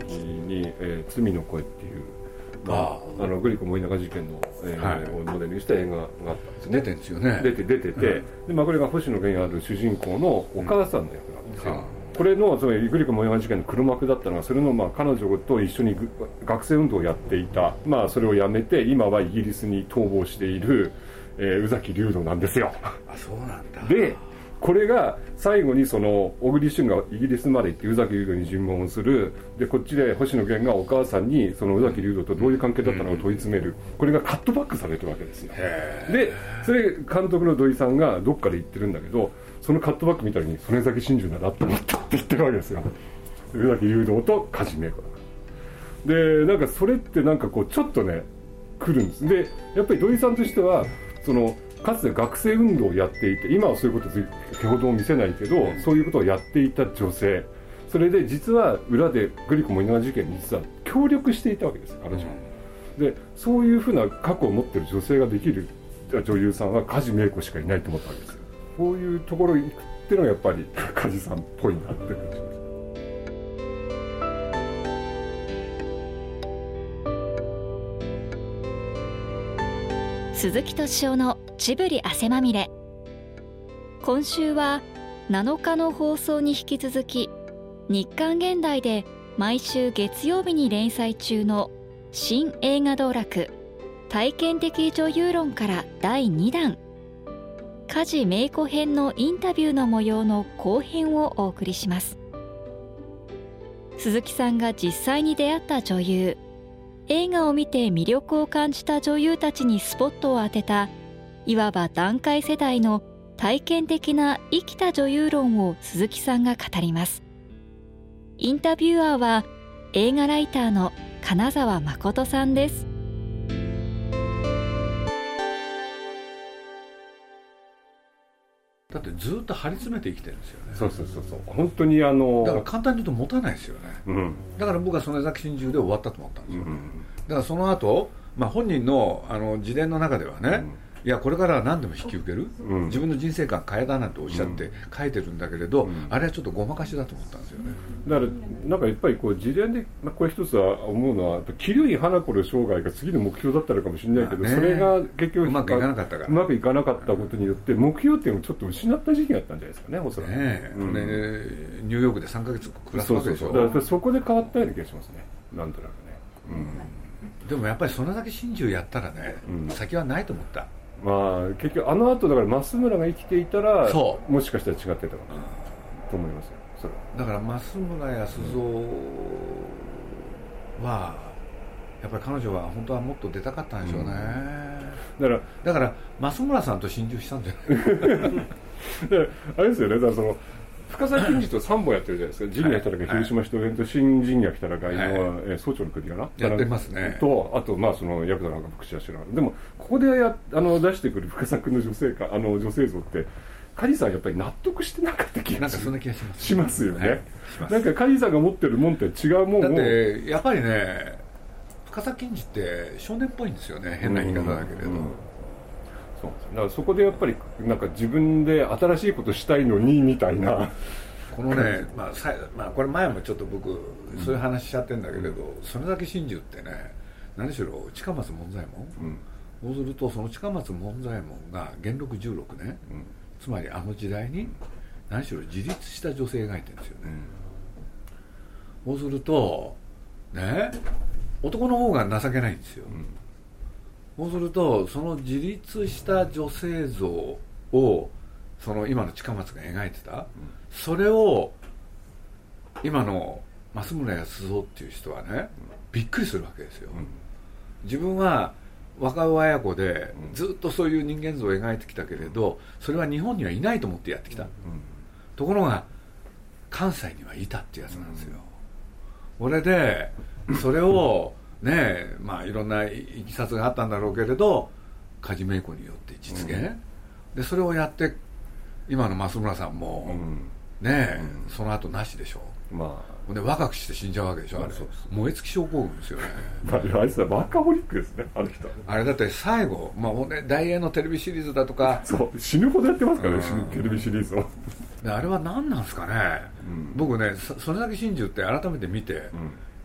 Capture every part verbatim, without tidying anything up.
に、えー、罪の声っていう、まあ、あのグリコ森永事件の、えーはい、をモデルにした映画があったんですね。 出てるんですよね。 出て出てて、うん、でまあ、これが星野源ある主人公のお母さんの役なんですよ、うん、これのつまりグリコ森永事件の黒幕だったのはそれのまあ彼女と一緒に学生運動をやっていた、まあ、それをやめて今はイギリスに逃亡している、えー、宇崎竜童なんですよ。 あ、そうなんだ。 でこれが最後にその小栗旬がイギリスまで行って宇崎竜童に尋問をする。でこっちで星野源がお母さんにその宇崎竜童とどういう関係だったのかを問い詰める。これがカットバックされてるわけですよ。でそれ監督の土井さんがどっかで言ってるんだけど、そのカットバック見た時に曽根崎真珠だなって思ったって言ってるわけですよ。宇崎竜童と梶芽子だからで、なんかそれってなんかこうちょっとね来るんです。でやっぱり土井さんとしてはそのかつて学生運動をやっていて、今はそういうこと手ほどを見せないけど、うん、そういうことをやっていた女性、それで実は裏でグリコ森永事件に実は協力していたわけですよ、彼女は、うん、でそういうふうな過去を持っている女性ができる女優さんは梶芽子しかいないと思ったわけですよ。こういうところに行くっていうのがやっぱり梶さんっぽいなって感じです。 鈴木敏夫のジブリ汗まみれ。今週はなのかの放送に引き続き、日刊現代で毎週月曜日に連載中の新映画道楽体験的女優論からだいにだん、梶芽子編のインタビューの模様の後編をお送りします。鈴木さんが実際に出会った女優、映画を見て魅力を感じた女優たちにスポットを当てた、いわば団塊世代の体験的な生きた女優論を鈴木さんが語ります。インタビュアーは映画ライターの金沢誠さんです。 だってずっと張り詰めて生きてるんですよね。 そうそうそうそう、本当にあのだから簡単に言うと持たないですよね、うん、だから僕は曽根崎真珠で終わったと思ったんですよ、うん、だからその後、まあ本人 の, あの自伝の中ではね、うん、いやこれからは何でも引き受ける、うん、自分の人生観変えたなんておっしゃって書いてるんだけれど、うん、あれはちょっとごまかしだと思ったんですよね。 だからなんかやっぱりこう自伝で、まあ、これ一つは思うのは桐生花子の生涯が次の目標だったのかもしれないけど、ね、それが結局うまくいかなかったからうまくいかなかったことによって目標点をちょっと失った時期があったんじゃないですかね、おそらく、 ねうんね、ニューヨークでさんかげつ暮らすわけでしょ。 そうそうそう、だからそこで変わったような気がしますね、なんとなくね、 うん、でもやっぱり曽根崎真珠やったらね、うん、先はないと思った。 まあ結局あの後だから増村が生きていたらもしかしたら違ってたかもしれない、と思いますよ。それだから増村康造はやっぱり彼女は本当はもっと出たかったんでしょうね、うん、だからだから増村さんと心中したんじゃないだからあれですよね、だからその深沢金次とさんぼんやってるじゃないですか。陣屋来たらか広島市東編と新陣屋来たらかの、はい、総長の国かなやってますね。 とあとまあそのヤクザなんか福祉やしらでもここでやあの出してくる深沢君の女性かあの女性像って梶さんやっぱり納得してなかった気がなんかそんな気がします、 ね、しますよね、はい、なんか梶さんが持ってるもんって違うもんをだってやっぱりね深沢金次って少年っぽいんですよね、変な言い方だけれど、うんうんうん、 そうだからそこでやっぱりなんか自分で新しいことしたいのにみたいなこのね、まあさまあ、これ前もちょっと僕そういう話しちゃってるんだけれど、曽根崎真珠ってね何しろ近松門左衛門、うん、そうするとその近松門左衛門が元禄じゅうろくねん、うん、つまりあの時代に何しろ自立した女性を描いてるんですよね、うん、そうするとね男の方が情けないんですよ、うん、そうするとその自立した女性像をその今の近松が描いてた、うん、それを今の増村康造っていう人はね、うん、びっくりするわけですよ、うん、自分は若尾綾子でずっとそういう人間像を描いてきたけれどそれは日本にはいないと思ってやってきた、うん、ところが関西にはいたってやつなんですよ、これでそれをねまあいろんないきさつがあったんだろうけれど梶芽子によって実現、うん、でそれをやって今の増村さんも、うん、ねえ、うん、その後なしでしょ、まあ、で若くして死んじゃうわけでしょ、あれ燃え尽き症候群ですよねまあ、あいつはワーカホリックですね、あの人あれだって最後、まあね、大英のテレビシリーズだとかそう死ぬほどやってますからね、うん、テレビシリーズをであれは何なんですかね、うん、僕ね曽根崎真珠って改めて見て、うん、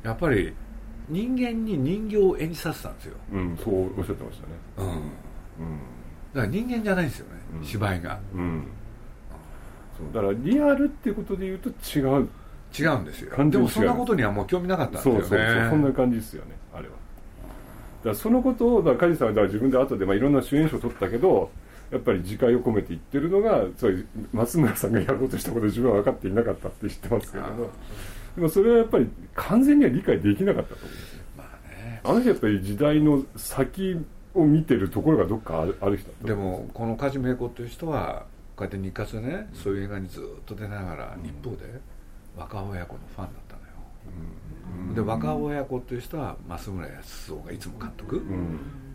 やっぱり人間に人形を演じさせたんですよ。 うん、そうおっしゃってましたね。うん、うん、 だから人間じゃないんですよね、うん、芝居が、うんうん、 そうだからリアルっていうことで言うと違う違うんですよ。でもそんなことにはもう興味なかったんですよね。 そうそうそう、そんな感じですよね、あれは。だからそのことをだから梶さんはだから自分で後でまあいろんな主演賞を取ったけど、やっぱり自戒を込めて言ってるのが、そういう松村さんがやろうとしたことを自分は分かっていなかったって知ってますけども、でもそれはやっぱり完全には理解できなかったと思うんですね。まあね、あの人やっぱり時代の先を見てるところがどっかある、ある人だと。 でもこの梶芽子という人はこうやって日活でね、うん、そういう映画にずっと出ながら、うん、一方で若尾親子のファンだったのよ、うん、で若尾親子という人は増村康夫がいつも監督、うん、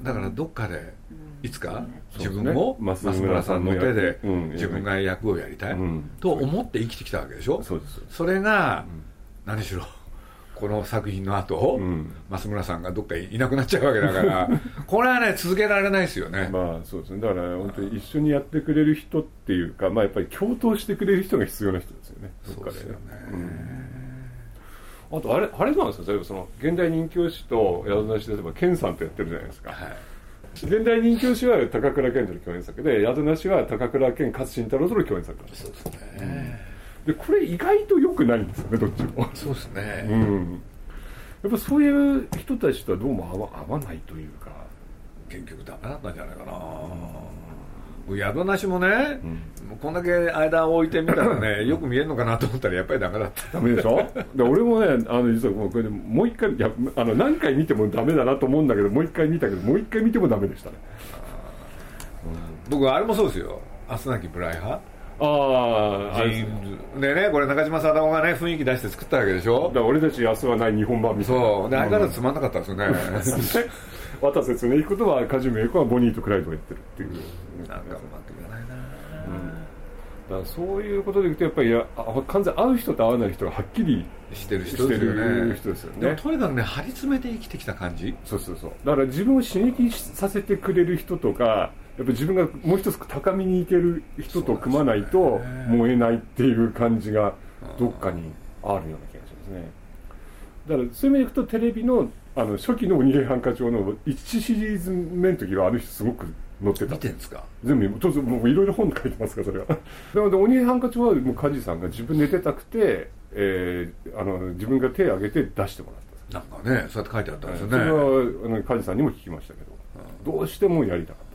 だからどっかでいつか自分も増村さんの手で自分が役をやりたいと思って生きてきたわけでしょ。そうです。それが何しろこの作品の後、うん、増村さんがどっかいなくなっちゃうわけだからこれはね続けられないですよね。 まあそうですね。だから本当に一緒にやってくれる人っていうか、まあやっぱり共闘してくれる人が必要な人ですよね。どっかでね。そうですよね。うん、あとあれあれなんですよ。例えばその現代人形師と宿なしで例えば健さんとやってるじゃないですか。はい、現代人形師は高倉健との共演作で、宿なしは高倉健勝新太郎との共演作なんですよ。そうですね。でこれ意外と良くないんですよね、どっちも。 そうですね、 うん、やっぱそういう人たちとはどうも合わ、合わないというか、 結局ダメだったんじゃないかな。うん、宿なしもね、うん、こんだけ間を置いてみたらねよく見えるのかなと思ったらやっぱりダメだった。 ダメでしょ。で俺もね、あの実はもうこれでもう一回、いやあの何回見てもダメだなと思うんだけど、もう一回見たけどもう一回見てもダメでしたね。 うん、僕あれもそうですよ、明日なきブライ派。ああ、でね、これ中島貞夫がね雰囲気出して作ったわけでしょ。 だから俺たち明日はない日本版みたいな。 そうで、相変わらずつまんなかったんですよね。 渡瀬恒彦とは梶芽子はボニーとクライドをやってるっていう。 なんかうまくいかないな、 うん、だからそういうことで言うとやっぱりや完全に会う人と会わない人がはっきりしてる人ですよね。 人ですよね。 でもとにかくね張り詰めて生きてきた感じ。 そうそうそう。だから自分を刺激させてくれる人とか、やっぱ自分がもう一つ高みに行ける人と組まないと燃えないっていう感じがどっかにあるような気がしますね。だからそういう意味でいくとテレビのあの初期の鬼平犯科帳のいちシリーズ目の時はあの人すごく載ってた。 見てんですか。 全部もういろいろ本書いてますからそれは。なので鬼平犯科帳はもう梶さんが自分で出たくて、えー、あの自分が手を挙げて出してもらった。 なんかねそうやって書いてあったんですよね。それはあの梶さんにも聞きましたけど、うん、どうしてもやりたかった。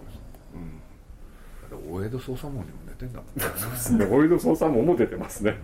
大江戸捜査網にも出てんだもんね。 そうですね。大江戸捜査網も出てますね。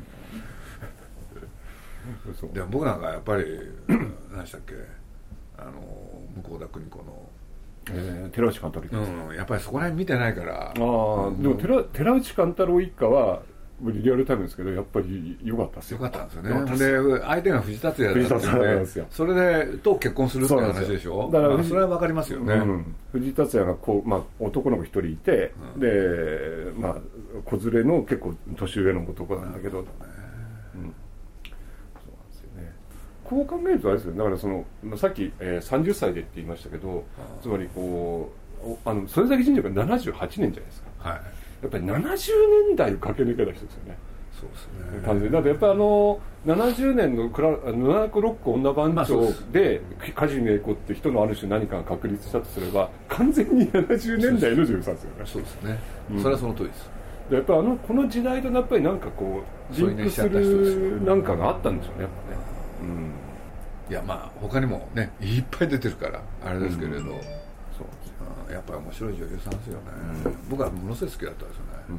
でも僕なんかやっぱり何でしたっけ、あの向田邦子の、 えー、寺内貫太郎、 うん、やっぱりそこら辺見てないから。ああ、 うん、でも 寺, 寺内貫太郎一家はリアルタイムですけどやっぱり良かったですよ。 良かったんですよね。で相手が藤達也だったんですよ。それでと結婚するって話でしょ。だから、まあ、それは分かりますよね。うん、 藤達也がこう、まあ、男の子一人いて、うん、でまあ子連れの結構年上の男なんだけど、うん、そうなんですよね。こう考えるとあれですよ。だからそのさっき、えー、さんじゅっさいでって言いましたけど、つまりこうあのそれだけ神社がななじゅうはちねんじゃないですか。はい。やっぱりななじゅうねんだいを駆け抜けた人ですよね。そうですね。完全にだってやっぱりあのななじゅうねんのクラ七子六子女番長で梶芽子って人のある種何かが確立したとすれば完全にななじゅうねんだいの女優さんですよね。 そうですね。うん、それはその通りです。 やっぱりあのこの時代とやっぱりなんかこうリンクするなんかがあったんでしょうね。やっぱね。うん。 いやまあ他にもねいっぱい出てるからあれですけれど。うん、そうやっぱり面白い女優さんですよね。うん、僕はものすごい好きだったですよね。うん、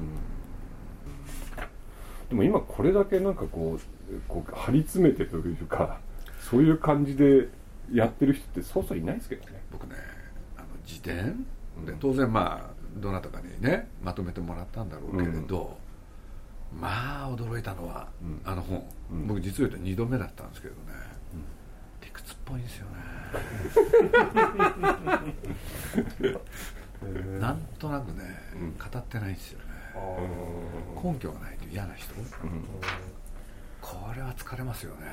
でも今これだけなんかこう、こう張り詰めてというかそういう感じでやってる人ってそうそういないですけどね。 僕ねあの辞典で当然まあどなたかにねまとめてもらったんだろうけれど、うん、まあ驚いたのは、うん、あの本、うん、僕実を言うとにどめだったんですけどね、うん、理屈っぽいんですよね。なんとなくね、うん、語ってないんですよね。根拠がないと嫌な人、うん、これは疲れますよね。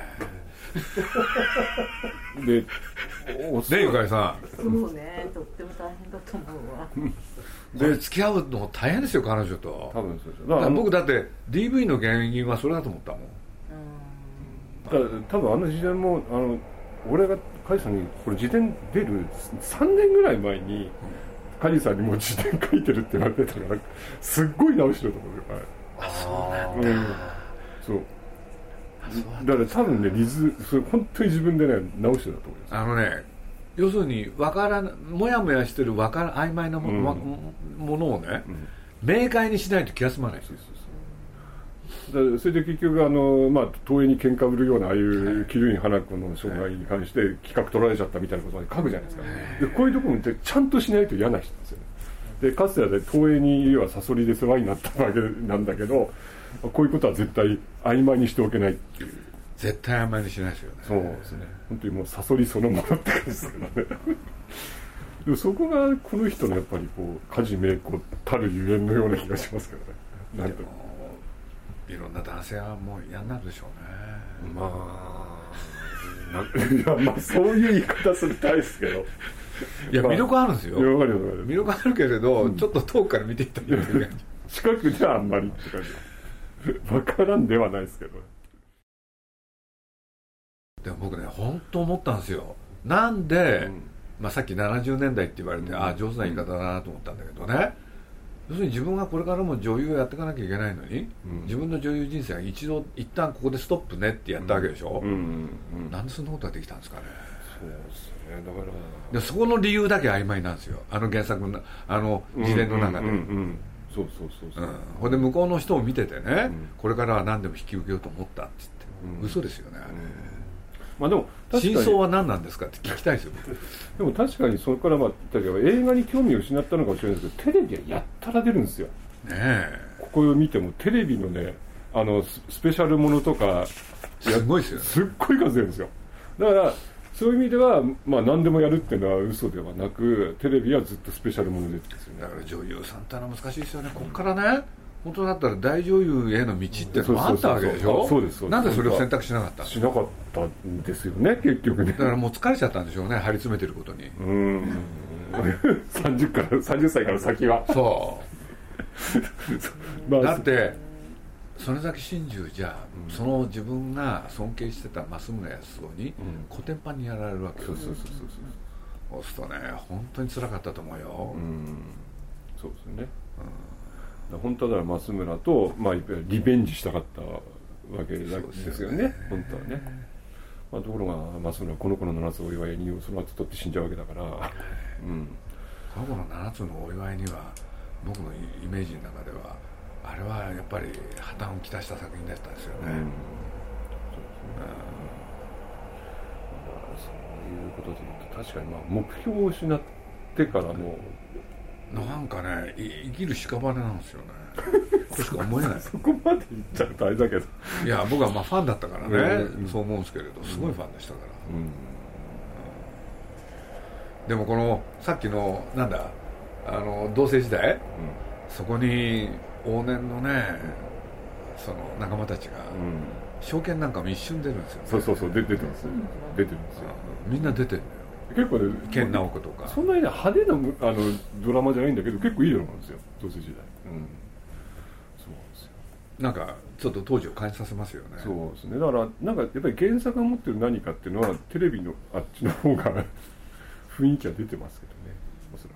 で、ねゆかいさん。 そうね、とっても大変だと思うわ。 で付き合うの大変ですよ彼女と。 多分そうですよ。 だから僕だって ディーブイ の原因はそれだと思ったもん。 だ多分あの自伝もあの俺が梶さんにこれ自伝出るさんねんぐらい前に梶さんにもう自伝書いてるって言われてたからすっごい直してると思うよ、 はい、あそうなんだ、うん、 そうだから多分ねリズそれ本当に自分でね直してたと思います。 あのね要するに分からなもやもやしてる分から曖昧なも,、うん、ものをね、うん、明快にしないと気が済まない。そうそうそうだそれで結局あの、まあ、東映に喧嘩売るようなああいう桐生花子の障害に関して企画取られちゃったみたいなことまで書くじゃないですか。でこういうところってちゃんとしないと嫌な人なんですよね。でかつては、ね、東映にいればサソリで世話になったわけなんだけどこういうことは絶対曖昧にしておけないっていう。 絶対曖昧にしないですよね。 そうですね。本当にもうサソリそのものって感じですからね。でもそこがこの人のやっぱりこう梶芽子たるゆえんのような気がしますけどね。なんといろんな男性はもう嫌になるでしょうね。 まあいやまあそういう言い方するたいですけどいや魅力あるんですよ。 いやわかるわかる。 魅力あるけれど、うん、ちょっと遠くから見ていただいて近くではあんまりって感じ分からんではないですけど。 でも僕ね本当思ったんですよ。なんで、うんまあ、さっきななじゅうねんだいって言われて、うん、ああ上手な言い方だなと思ったんだけどね、要するに自分がこれからも女優をやっていかなきゃいけないのに、うん、自分の女優人生は一度一旦ここでストップねってやったわけでしょ、うんうんうん、なんでそんなことができたんですかね。 そうですね。だからでそこの理由だけ曖昧なんですよ、あの原作のあの自伝の中で。 そうそうそうそう、うん、 ほんで向こうの人を見ててね、うん、これからは何でも引き受けようと思ったって言って、うん、嘘ですよねあれ、うんまあ、でも真相は何なんですかって聞きたいですよでも確かにそれから、まあ、例えば映画に興味を失ったのかもしれないですけどテレビはやったら出るんですよ、ね、えここを見てもテレビのねあのスペシャルものとかすごいですよね。 すっごい数出るんですよ。だからそういう意味では、まあ、何でもやるっていうのは嘘ではなくテレビはずっとスペシャルものでってですよね。 だから女優さんってのは難しいですよね。こっからね本当だったら大女優への道っていうのもあったわけでしょ。 そうですそうです。 なんでそれを選択しなかったしなかったんですよね結局ね。 だからもう疲れちゃったんでしょうね張り詰めてることに。 うんさんじゅうからさんじゅっさいから先はそうまあ、だって曽根崎真珠じゃ、うん、その自分が尊敬してた増村康夫に、うん、コテンパンにやられるわけです。そうそうそうそうそうするとね本当に辛かったと思うよ。うんそうですね、うん、本当は増村と、まあ、リベンジしたかったわけですよね、ね本当はね、まあ、ところが増村はこの子のななつお祝いにその後取って死んじゃうわけだから、うん、 この子のななつのお祝いには僕のイメージの中ではあれはやっぱり破綻をきたした作品だったんですよね、うん、そうですね、 うん、そういうことで言うと確かにまあ目標を失ってからのなんかね生きる屍なんですよねとしか思えないそこまで言っちゃうとあれだけどいや僕はまあファンだったからね、うん、そう思うんですけれどすごいファンでしたから、うんうん、でもこのさっきのなんだあの同棲時代、うん、そこに往年のねその仲間たちが、うん、証券なんかも一瞬出るんですよね。 そうそうそう出てます、うん、出てるんですよ。 みんな出てるんだよ結構ね健直子とかそんなに、ね、派手なあのドラマじゃないんだけど結構いいドラマなんですよ同棲時代、うん、そうですよ。 なんかちょっと当時を感じさせますよね。 そうですね。だからなんかやっぱり原作が持ってる何かっていうのはテレビのあっちの方が雰囲気は出てますけどねおそらく。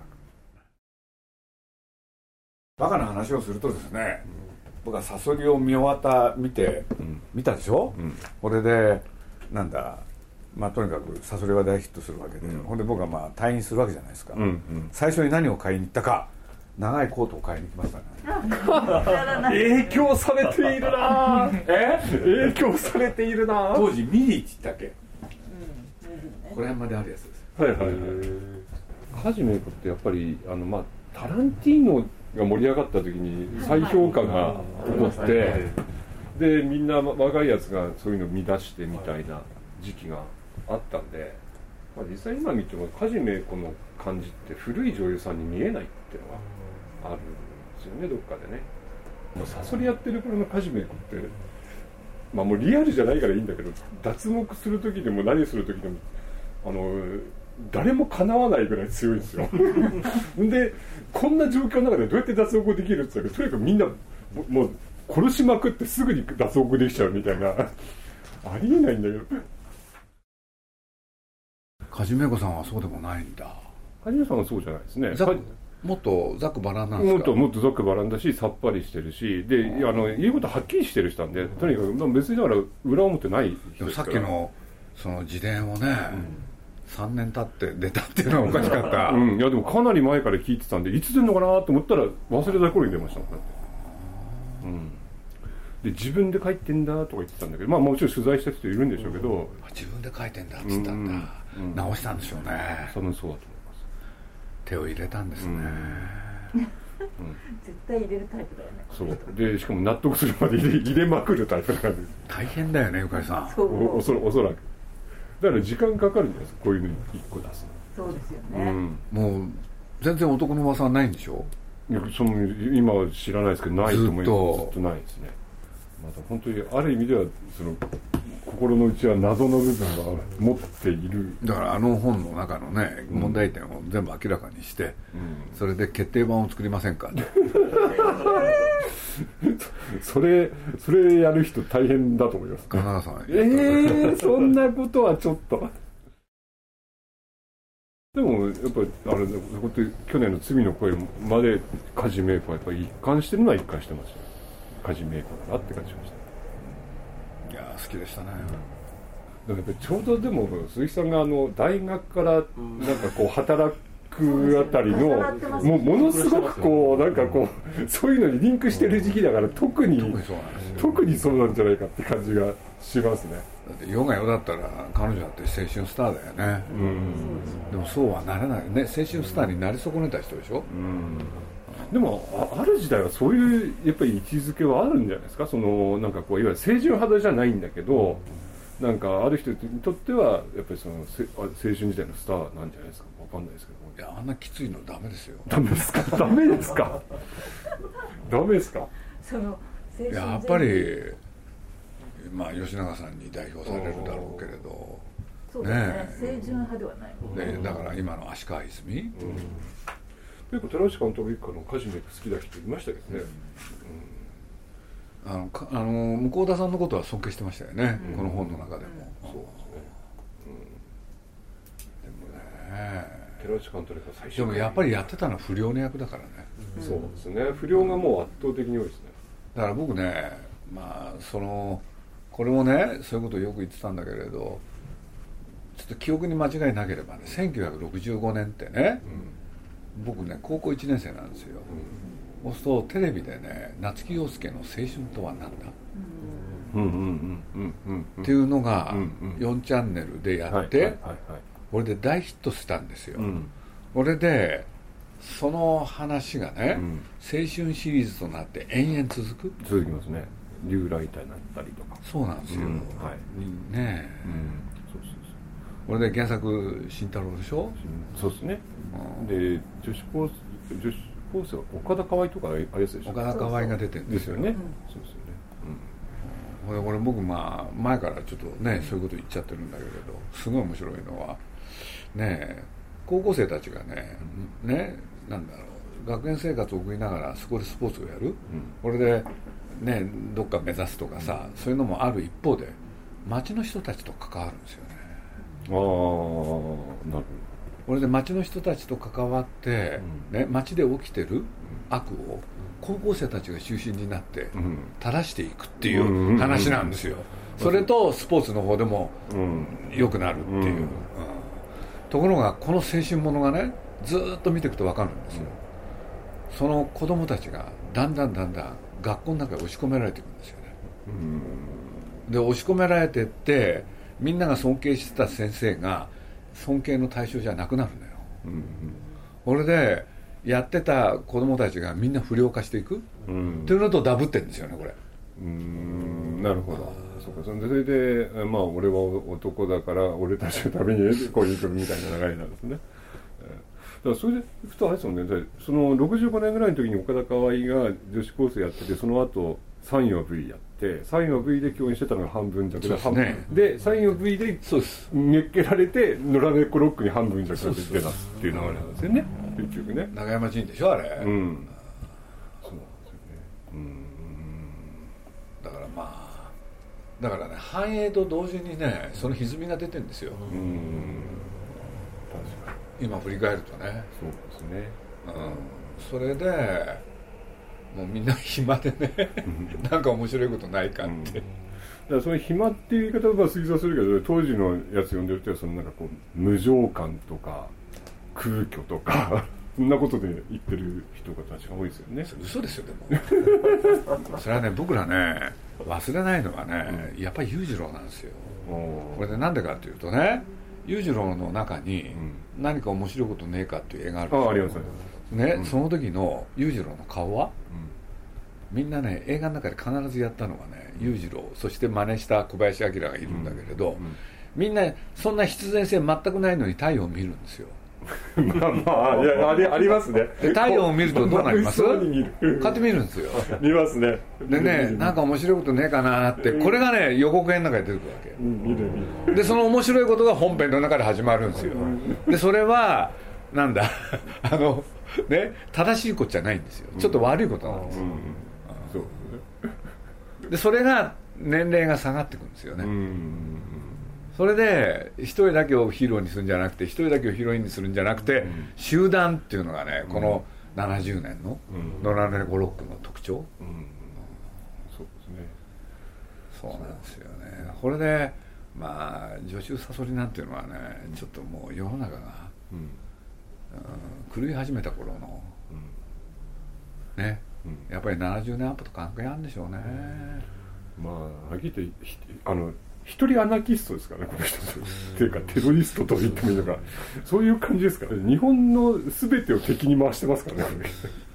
バカな話をするとですね、うん、僕はサソリを見終わった見て、うん、見たでしょ、うん、これでなんだまあとにかくサソリは大ヒットするわけで、うん、ほんで僕はまあ退院するわけじゃないですか、うんうん、最初に何を買いに行ったか長いコートを買いに行きましたね影響されているなえ影響されているな当時ミリって言ったっけ、うん、これまであるやつです。 はいはいはい。梶芽子ってやっぱりあのまあタランティーノが盛り上がった時に再評価が起こってでみんな若いやつがそういうのを見出してみたいな時期があったんで、まあ、実際今見ても梶芽子の感じって古い女優さんに見えないっていうのがあるんですよねどっかでね。サソリやってる頃の梶芽子ってまあもうリアルじゃないからいいんだけど脱獄する時でも何する時でもあの誰もかなわないぐらい強いんですよでこんな状況の中でどうやって脱獄できるって言ったらとにかくみんなもう殺しまくってすぐに脱獄できちゃうみたいなありえないんだけど。 梶芽子さんはそうでもないんだ。 梶芽さんはそうじゃないですね。 ザもっとざっくばらんなんですか。 もっともっとざっくばらんだし、さっぱりしてるし、で、あの言うことはっきりしてる人なんで、とにかく別にだから裏表ない人ですから。 さっきのその自伝をね、うん、さんねん経って出たっていうのはおかしかった。 うん、いやでもかなり前から聞いてたんで、いつ出るのかなと思ったら忘れた頃に出ましたもん。うん。で自分で書いてんだとか言ってたんだけど、まあもちろん取材した人いるんでしょうけど、うん、 自分で書いてんだっつったんだ。うんうん、直したんでしょうね。 多分そうだと思います。 手を入れたんですね。うんうん、絶対入れるタイプだよね。 そうで、しかも納得するまで入れ、入れまくるタイプなんです。 大変だよね、ゆかりさん。 そうお, お, そおそらくだから時間かかるんじゃないですか、こういうのにいっこ出す。 そうですよね、うん、 もう全然男の噂はないんでしょ。 いやその今は知らないですけど、ないと思います。ずっとないですね。また本当にある意味ではその心の内は謎の部分は持っている。 だからあの本の中のね、うん、問題点を全部明らかにして、うん、それで決定版を作りませんかそれそれやる人大変だと思います。 金田さん、 えー、そんなことはちょっとでもやっぱりあれ本当に去年の罪の声まで梶芽子はやっぱり一貫してるのは一貫してました。梶芽子だなって感じしました。 いや好きでしたね。 だからちょうどでも鈴木さんがあの大学からなんかこう働くあたりのもうものすごくこうなんかこうそういうのにリンクしてる時期だから特に特にそうなんじゃないかって感じがしますね。 だって世が世だったら彼女だって青春スターだよね。うん、でもそうはならないね。青春スターになり損ねた人でしょ。うん、 でも あ, ある時代はそういうやっぱり位置づけはあるんじゃないですか。そのなんかこういわゆる清純派じゃないんだけど、なんかある人にとってはやっぱりその青春時代のスターなんじゃないですか。わかんないですけど。 いやあんなきついのダメですよ。 ダメですか。ダメですか。ダメですか。 そのいややっぱりまあ吉永さんに代表されるだろうけれど。 そうですね。清純派ではないもんね。 でだから今の足川泉。うん結構寺内監督一家の梶芽子好きだ人いましたけどね、 うん、あのかあの向田さんのことは尊敬してましたよね、うん、この本の中でも、うん、そうですね、 うん、でもね寺内監督が最初でもやっぱりやってたのは不良の役だからね、 うん、そうですね。不良がもう圧倒的に多いですね。 だから僕ねまあそのこれもねそういうことをよく言ってたんだけれどちょっと記憶に間違いなければねせんきゅうひゃくろくじゅうごねんってね、うん僕ね高校いちねん生なんですよ、うん、そうするとテレビでね夏木陽介の青春とは何だ、っていうのがよんチャンネルでやってこれで大ヒットしたんですよ、これ、うん、でその話がね、うん、青春シリーズとなって延々続く続きますね。竜雷隊になったりとかそうなんですよ、うん、はいねえ、うん、そうそうそうこれで原作慎太郎でしょ。 そうですね。で女子高女子高生は岡田河合とかああいうやつでしょ。 岡田河合が出てるんですよね。 そうですよね。 これ、これ僕まあ前からちょっとねそういうこと言っちゃってるんだけれどすごい面白いのはね高校生たちがね、うん、ねなんだろう学園生活を送りながらそこでスポーツをやる、うん、これでねどっか目指すとかさ、うん、そういうのもある一方で町の人たちと関わるんですよね。 ああなるほど。 これで町の人たちと関わって、うんね、町で起きてる悪を高校生たちが中心になって正していくっていう話なんですよ。それとスポーツの方でも良くなるっていう、うんうん、ところがこの青春ものがねずっと見ていくと分かるんですよ、うん、その子供たちがだんだんだんだん学校の中に押し込められていくんですよね、うん、で押し込められてってみんなが尊敬してた先生が尊敬の対象じゃなくなるんだよ、うんうん、これでやってた子供たちがみんな不良化していく、うん、っていうのとダブってるんですよねこれ。 うーんなるほど。そうか。それでまあ俺は男だから俺たちのためにこういうみたいな流れなんですね。だからそれでいくとあれですもんね。そのろくじゅうごねんぐらいの時に岡田河合が女子高生やっててその後サインは V やってサインは V で共演してたのが半分弱で、ね、でサインは V でめっけられて野良猫ロックに半分弱で出たっていう流れなんですよね結局ね。 長山仁でしょあれ、うん、そうなんですよね。 うんだからまあだからね繁栄と同時にねその歪みが出てるんですよ、 うん、確かに今振り返るとね。 そうですね、 うん、それでもうみんな暇でねなんか面白いことないかって、うん、だからその暇っていう言い方は過ぎさするけど、当時のやつ読んでるとそのなんかこう無情感とか空虚とかそんなことで言ってる人たちが多いですよね。 嘘ですよでもそれはね僕らね忘れないのはね、うん、やっぱり裕次郎なんですよ。これでなんでかっていうとね、裕次郎の中に何か面白いことねえかっていう絵があるんですよ。 あありますね、うん、その時の裕次郎の顔は、うん、みんなね映画の中で必ずやったのはね、裕次郎そして真似した小林明がいるんだけれど、うんうん、みんなそんな必然性全くないのに太陽を見るんですよまあまあいや あ, りありますね。 で太陽を見るとどうなります？こうやって見るんですよ。 見ますね。 でね、なんか面白いことねえかなって、これがね予告編の中で出てくるわけ、うん、見る見る。でその面白いことが本編の中で始まるんですよ。でそれはなんだあのね正しいことじゃないんですよ。ちょっと悪いことなんですよ、うんうん、そうでそれが年齢が下がってくるんですよね、うん。それで一人だけをヒーローにするんじゃなくて、一人だけをヒロインにするんじゃなくて、うん、集団っていうのがね、このななじゅうねんの野良猫ロックの特徴、うんうん、 そうですね。 そうなんですよね。これでまあ女囚サソリなんていうのはね、ちょっともう世の中が、うんうん、狂い始めた頃の、うん、ね、うん、やっぱりななじゅうねんアップと関係あるんでしょうね、 うん、まあはっきり言ってあの一人アナキストですからねこの人っていうかテロリストと言ってもいいのかそういう感じですからね。日本の全てを敵に回してますからね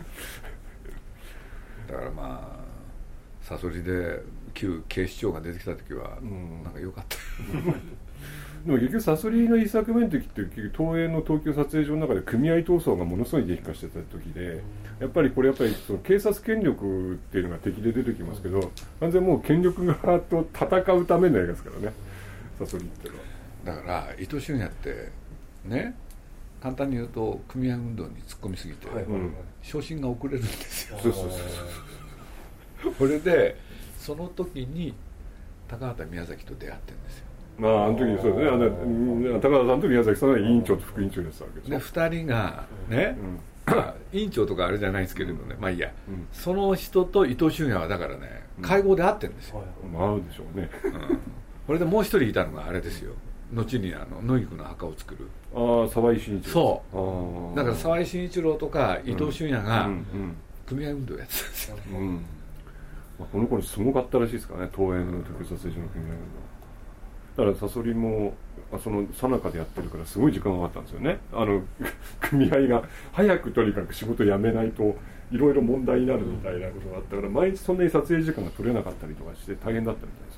だからまあサソリで旧警視庁が出てきた時はなんか良かったでも結局サソリの一作目の時って結局東映の東京撮影所の中で組合闘争がものすごい激化してた時で、やっぱりこれやっぱりその警察権力っていうのが敵で出てきますけど、完全にもう権力側と戦うための映画ですからねサソリっていうのは。 だから伊藤俊也ってね、簡単に言うと組合運動に突っ込みすぎて、はいはいはい、昇進が遅れるんですよ。そうそうそうこれでその時に高畑宮崎と出会ってるんですよ。 まあ、あの時にそうですね、あの高田さんと宮崎さんが委員長と副委員長でしたわけです。 でふたりがね、うん、委員長とかあれじゃないですけれどね、うん、まあいいや、うん、その人と伊藤俊也はだからね、会合で会ってるんですよ。 まあ、会うでしょうね、うん、 これでもう一人いたのがあれですよ、後にあの野菊の墓を作るああ沢井慎一郎。 そうだから沢井慎一郎とか伊藤俊也が組合運動やってたんですよね、うんうんまあ、この頃すごかったらしいですからね、東映の特撮撮影所の組合運動だからサソリもその最中でやってるからすごい時間がかかったんですよね。あの組合が早くとにかく仕事辞めないといろいろ問題になるみたいなことがあったから、毎日そんなに撮影時間が取れなかったりとかして大変だったみたい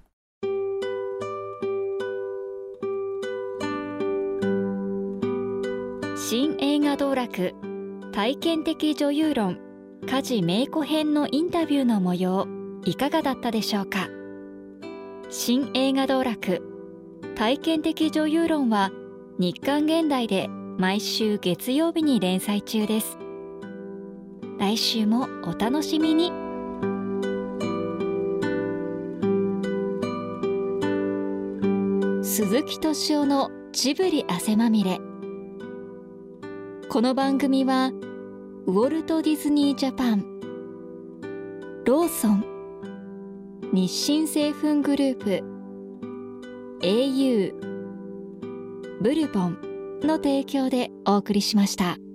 ですよね。新映画道楽体験的女優論梶芽衣子編のインタビューの模様いかがだったでしょうか。新映画道楽体験的女優論は日刊現代で毎週月曜日に連載中です。来週もお楽しみに。鈴木敏夫のジブリ汗まみれ。この番組はウォルト・ディズニー・ジャパン、ローソン、日清製粉グループ、エーユー、ブルボンの提供でお送りしました。